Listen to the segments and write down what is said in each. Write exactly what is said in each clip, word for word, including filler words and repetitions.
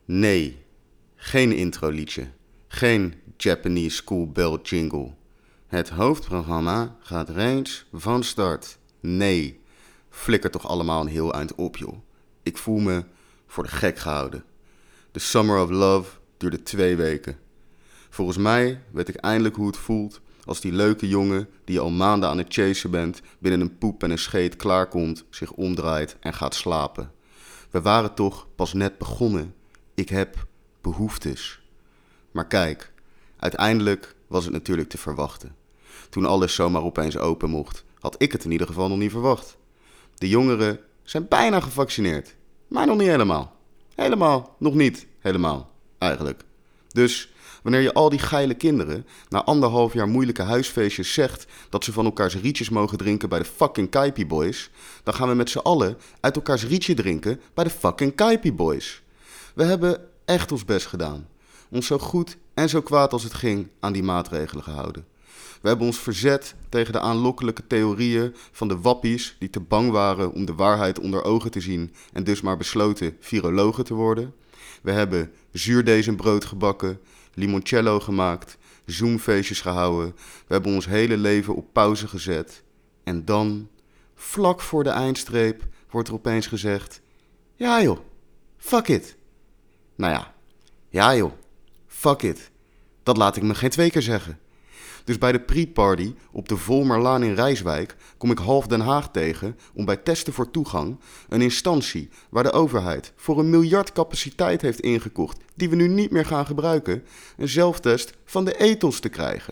Nee, geen introliedje. Geen Japanese school bell jingle. Het hoofdprogramma gaat reeds van start. Nee, flikker toch allemaal een heel eind op, joh. Ik voel me voor de gek gehouden. De Summer of Love duurde twee weken. Volgens mij weet ik eindelijk hoe het voelt als die leuke jongen die je al maanden aan het chasen bent, binnen een poep en een scheet klaarkomt, zich omdraait en gaat slapen. We waren toch pas net begonnen. Ik heb behoeftes. Maar kijk, uiteindelijk was het natuurlijk te verwachten. Toen alles zomaar opeens open mocht, had ik het in ieder geval nog niet verwacht. De jongeren zijn bijna gevaccineerd, maar nog niet helemaal. Helemaal, nog niet helemaal, eigenlijk. Dus wanneer je al die geile kinderen na anderhalf jaar moeilijke huisfeestjes zegt dat ze van elkaars rietjes mogen drinken bij de fucking Kaipi Boys, dan gaan we met z'n allen uit elkaars rietje drinken bij de fucking Kaipi Boys. We hebben echt ons best gedaan. Ons zo goed en zo kwaad als het ging aan die maatregelen gehouden. We hebben ons verzet tegen de aanlokkelijke theorieën van de wappies die te bang waren om de waarheid onder ogen te zien en dus maar besloten virologen te worden. We hebben zuurdesembrood gebakken, limoncello gemaakt, zoomfeestjes gehouden. We hebben ons hele leven op pauze gezet. En dan, vlak voor de eindstreep, wordt er opeens gezegd: ja joh, fuck it. Nou ja, ja joh, fuck it. Dat laat ik me geen twee keer zeggen. Dus bij de pre-party op de Volmerlaan in Rijswijk kom ik half Den Haag tegen om bij Testen voor Toegang, een instantie waar de overheid voor een miljard capaciteit heeft ingekocht die we nu niet meer gaan gebruiken, een zelftest van de ethos te krijgen.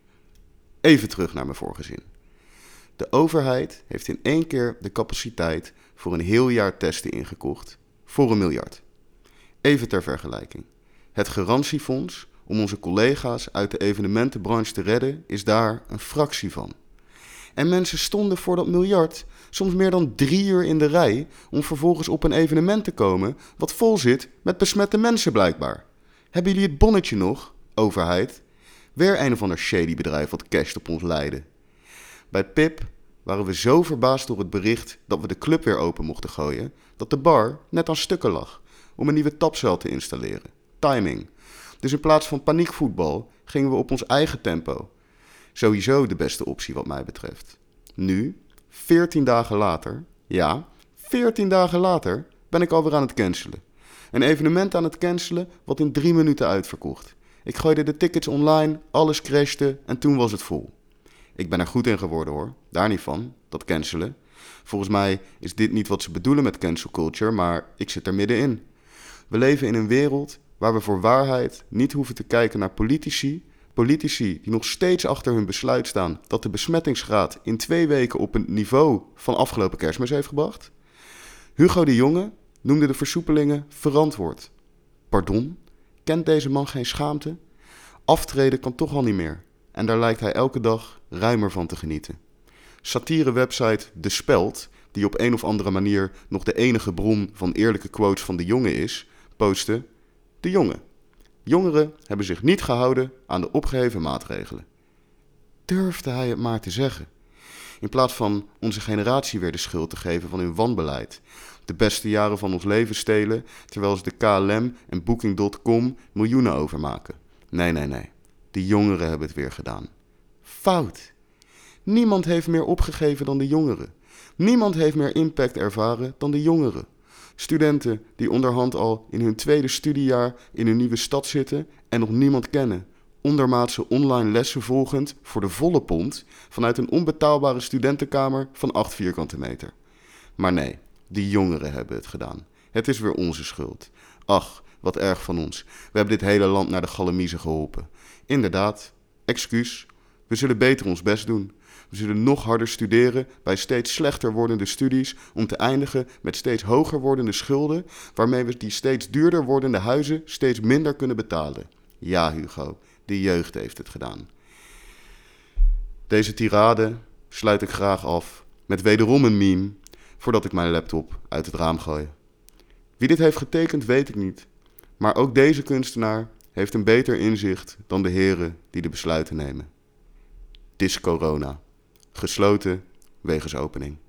Even terug naar mijn vorige zin. De overheid heeft in één keer de capaciteit voor een heel jaar testen ingekocht voor een miljard. Even ter vergelijking. Het garantiefonds om onze collega's uit de evenementenbranche te redden is daar een fractie van. En mensen stonden voor dat miljard soms meer dan drie uur in de rij om vervolgens op een evenement te komen wat vol zit met besmette mensen blijkbaar. Hebben jullie het bonnetje nog, overheid? Weer een of ander shady bedrijf wat cash op ons leidde. Bij Pip waren we zo verbaasd door het bericht dat we de club weer open mochten gooien, dat de bar net aan stukken lag om een nieuwe tapcel te installeren. Timing. Dus in plaats van paniekvoetbal gingen we op ons eigen tempo. Sowieso de beste optie wat mij betreft. Nu, veertien dagen later, ja, veertien dagen later, ben ik alweer aan het cancelen. Een evenement aan het cancelen wat in drie minuten uitverkocht. Ik gooide de tickets online, alles crashte en toen was het vol. Ik ben er goed in geworden hoor, daar niet van, dat cancelen. Volgens mij is dit niet wat ze bedoelen met cancel culture, maar ik zit er middenin. We leven in een wereld waar we voor waarheid niet hoeven te kijken naar politici. Politici die nog steeds achter hun besluit staan dat de besmettingsgraad in twee weken op een niveau van afgelopen Kerstmis heeft gebracht. Hugo de Jonge noemde de versoepelingen verantwoord. Pardon? Kent deze man geen schaamte? Aftreden kan toch al niet meer. En daar lijkt hij elke dag ruimer van te genieten. Satire-website De Speld, die op een of andere manier nog de enige bron van eerlijke quotes van de Jonge is, postte: De Jonge. Jongeren hebben zich niet gehouden aan de opgeheven maatregelen. Durfde hij het maar te zeggen. In plaats van onze generatie weer de schuld te geven van hun wanbeleid. De beste jaren van ons leven stelen, terwijl ze de K L M en Booking punt com miljoenen overmaken. Nee, nee, nee. De jongeren hebben het weer gedaan. Fout. Niemand heeft meer opgegeven dan de jongeren. Niemand heeft meer impact ervaren dan de jongeren. Studenten die onderhand al in hun tweede studiejaar in hun nieuwe stad zitten en nog niemand kennen. Ondermaatse online lessen volgend voor de volle pond vanuit een onbetaalbare studentenkamer van acht vierkante meter. Maar nee, de jongeren hebben het gedaan. Het is weer onze schuld. Ach, wat erg van ons. We hebben dit hele land naar de galamiezen geholpen. Inderdaad, excuus. We zullen beter ons best doen. We zullen nog harder studeren bij steeds slechter wordende studies om te eindigen met steeds hoger wordende schulden, waarmee we die steeds duurder wordende huizen steeds minder kunnen betalen. Ja, Hugo, de jeugd heeft het gedaan. Deze tirade sluit ik graag af met wederom een meme voordat ik mijn laptop uit het raam gooi. Wie dit heeft getekend weet ik niet, maar ook deze kunstenaar heeft een beter inzicht dan de heren die de besluiten nemen. Het is corona. Gesloten wegens opening.